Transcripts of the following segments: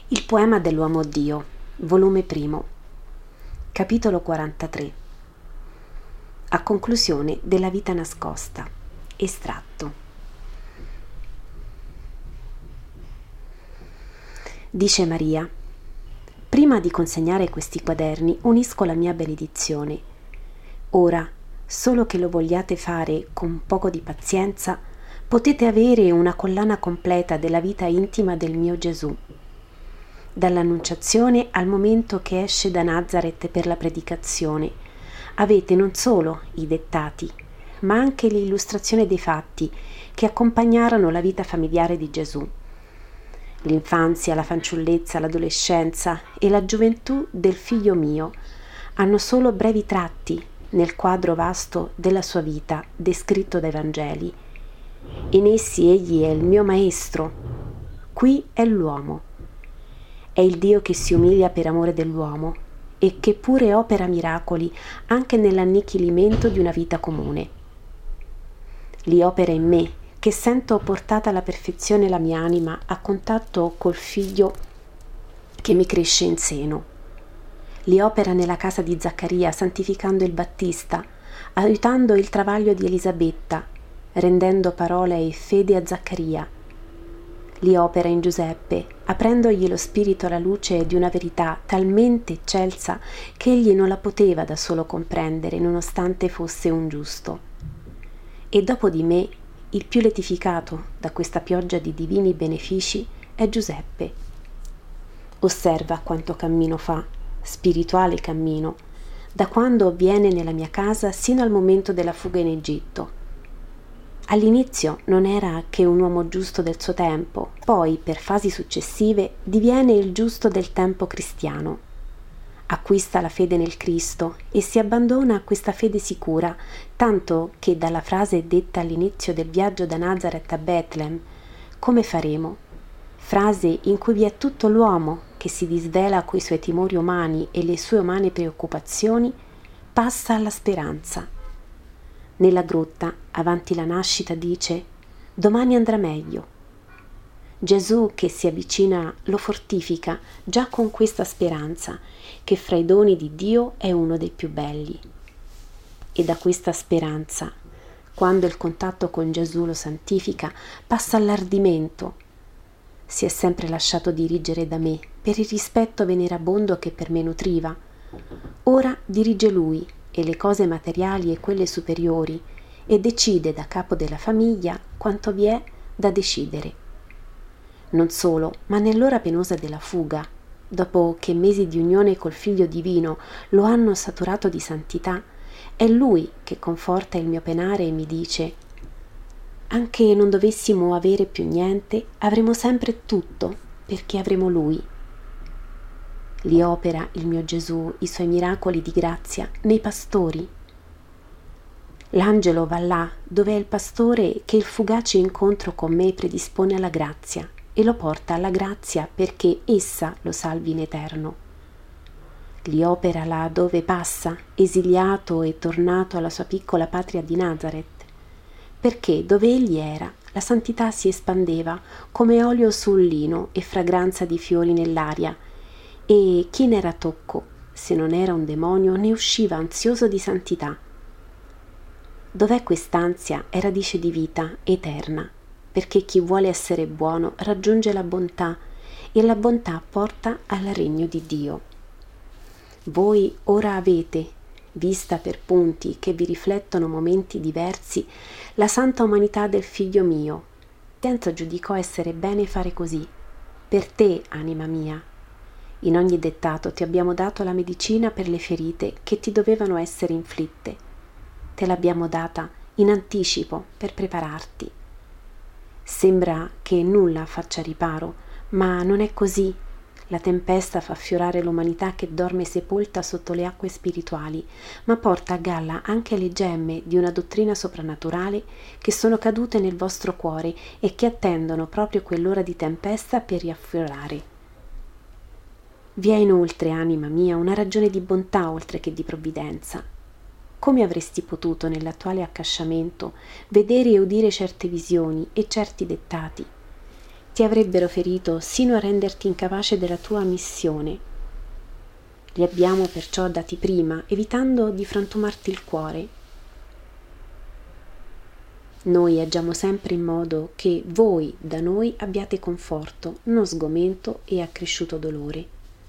Il poema dell'uomo Dio, volume 1, capitolo 43. A conclusione della vita nascosta. Estratto. Dice Maria: prima di consegnare questi quaderni unisco la mia benedizione. Ora, solo che lo vogliate fare con un poco di pazienza, potete avere una collana completa della vita intima del mio Gesù. Dall'annunciazione al momento che esce da Nazareth per la predicazione, avete non solo i dettati, ma anche l'illustrazione dei fatti che accompagnarono la vita familiare di Gesù. L'infanzia, la fanciullezza, l'adolescenza e la gioventù del figlio mio hanno solo brevi tratti nel quadro vasto della sua vita descritto dai Vangeli. In essi egli è il mio maestro, qui è l'uomo. È il Dio che si umilia per amore dell'uomo e che pure opera miracoli anche nell'annichilimento di una vita comune. Li opera in me, che sento portata alla perfezione la mia anima a contatto col figlio che mi cresce in seno. Li opera nella casa di Zaccaria, santificando il Battista, aiutando il travaglio di Elisabetta, rendendo parola e fede a Zaccaria. Li opera in Giuseppe, aprendogli lo spirito alla luce di una verità talmente eccelsa che egli non la poteva da solo comprendere, nonostante fosse un giusto. E dopo di me, il più letificato da questa pioggia di divini benefici è Giuseppe. Osserva quanto cammino fa, spirituale cammino, da quando viene nella mia casa sino al momento della fuga in Egitto. All'inizio non era che un uomo giusto del suo tempo, poi per fasi successive diviene il giusto del tempo cristiano. Acquista la fede nel Cristo e si abbandona a questa fede sicura, tanto che dalla frase detta all'inizio del viaggio da Nazareth a Betlem, come faremo? Frase in cui vi è tutto l'uomo che si disvela coi suoi timori umani e le sue umane preoccupazioni, passa alla speranza. Nella grotta, avanti la nascita, dice: domani andrà meglio. Gesù che si avvicina lo fortifica già con questa speranza, che fra i doni di Dio è uno dei più belli. E da questa speranza, quando il contatto con Gesù lo santifica, passa all'ardimento. Si è sempre lasciato dirigere da me per il rispetto venerabondo che per me nutriva. Ora dirige lui e le cose materiali e quelle superiori e decide da capo della famiglia quanto vi è da decidere. Non solo, ma nell'ora penosa della fuga, dopo che mesi di unione col Figlio Divino lo hanno saturato di santità, è Lui che conforta il mio penare e mi dice: anche non dovessimo avere più niente, avremo sempre tutto, perché avremo Lui. Li opera il mio Gesù i suoi miracoli di grazia nei pastori. L'angelo va là dove è il pastore che il fugace incontro con me predispone alla grazia e lo porta alla grazia perché essa lo salvi in eterno. Li opera là dove passa, esiliato e tornato alla sua piccola patria di Nazareth, perché dove egli era la santità si espandeva come olio sul lino e fragranza di fiori nell'aria, e chi n'era tocco, se non era un demonio, ne usciva ansioso di santità. Dov'è quest'ansia è radice di vita eterna, perché chi vuole essere buono raggiunge la bontà e la bontà porta al regno di Dio. Voi ora avete, vista per punti che vi riflettono momenti diversi, la santa umanità del Figlio mio. Senza giudicò essere bene fare così. Per te, anima mia. In ogni dettato ti abbiamo dato la medicina per le ferite che ti dovevano essere inflitte. Te l'abbiamo data in anticipo per prepararti. Sembra che nulla faccia riparo, ma non è così. La tempesta fa affiorare l'umanità che dorme sepolta sotto le acque spirituali, ma porta a galla anche le gemme di una dottrina soprannaturale che sono cadute nel vostro cuore e che attendono proprio quell'ora di tempesta per riaffiorare. Vi è inoltre, anima mia, una ragione di bontà oltre che di provvidenza. Come avresti potuto, nell'attuale accasciamento, vedere e udire certe visioni e certi dettati? ti avrebbero ferito sino a renderti incapace della tua missione. Li abbiamo perciò dati prima, evitando di frantumarti il cuore. Noi agiamo sempre in modo che voi da noi abbiate conforto, non sgomento e accresciuto dolore.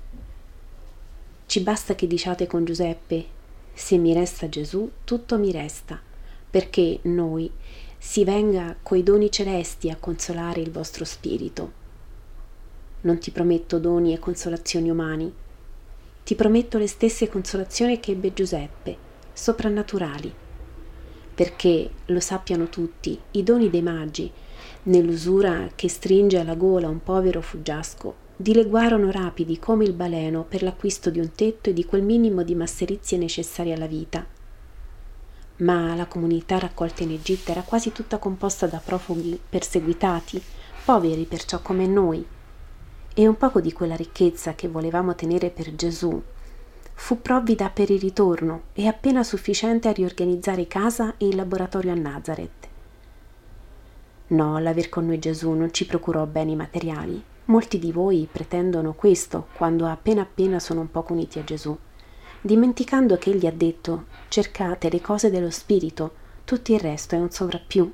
Ci basta che diciate con Giuseppe: se mi resta Gesù, tutto mi resta, perché noi si venga coi doni celesti a consolare il vostro spirito. Non ti prometto doni e consolazioni umani, ti prometto le stesse consolazioni che ebbe Giuseppe, soprannaturali, perché lo sappiano tutti, i doni dei magi, nell'usura che stringe alla gola un povero fuggiasco, dileguarono rapidi come il baleno per l'acquisto di un tetto e di quel minimo di masserizie necessarie alla vita. Ma la comunità raccolta in Egitto era quasi tutta composta da profughi perseguitati, poveri perciò come noi, e un poco di quella ricchezza che volevamo tenere per Gesù fu provvida per il ritorno e appena sufficiente a riorganizzare casa e il laboratorio a Nazareth. No, l'aver con noi Gesù non ci procurò beni materiali. Molti di voi pretendono questo quando appena sono un poco uniti a Gesù, dimenticando che Egli ha detto: cercate le cose dello Spirito, tutto il resto è un sovrappiù.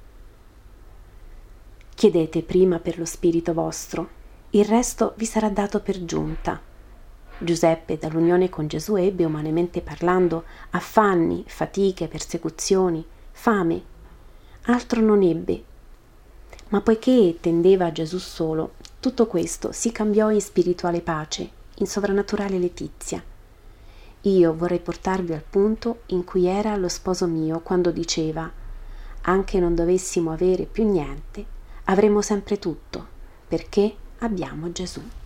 Chiedete prima per lo Spirito vostro, il resto vi sarà dato per giunta. Giuseppe, dall'unione con Gesù, ebbe, umanamente parlando, affanni, fatiche, persecuzioni, fame. Altro non ebbe. Ma poiché tendeva a Gesù solo, tutto questo si cambiò in spirituale pace, in sovrannaturale letizia. Io vorrei portarvi al punto in cui era lo sposo mio quando diceva: anche non dovessimo avere più niente, avremo sempre tutto, perché abbiamo Gesù.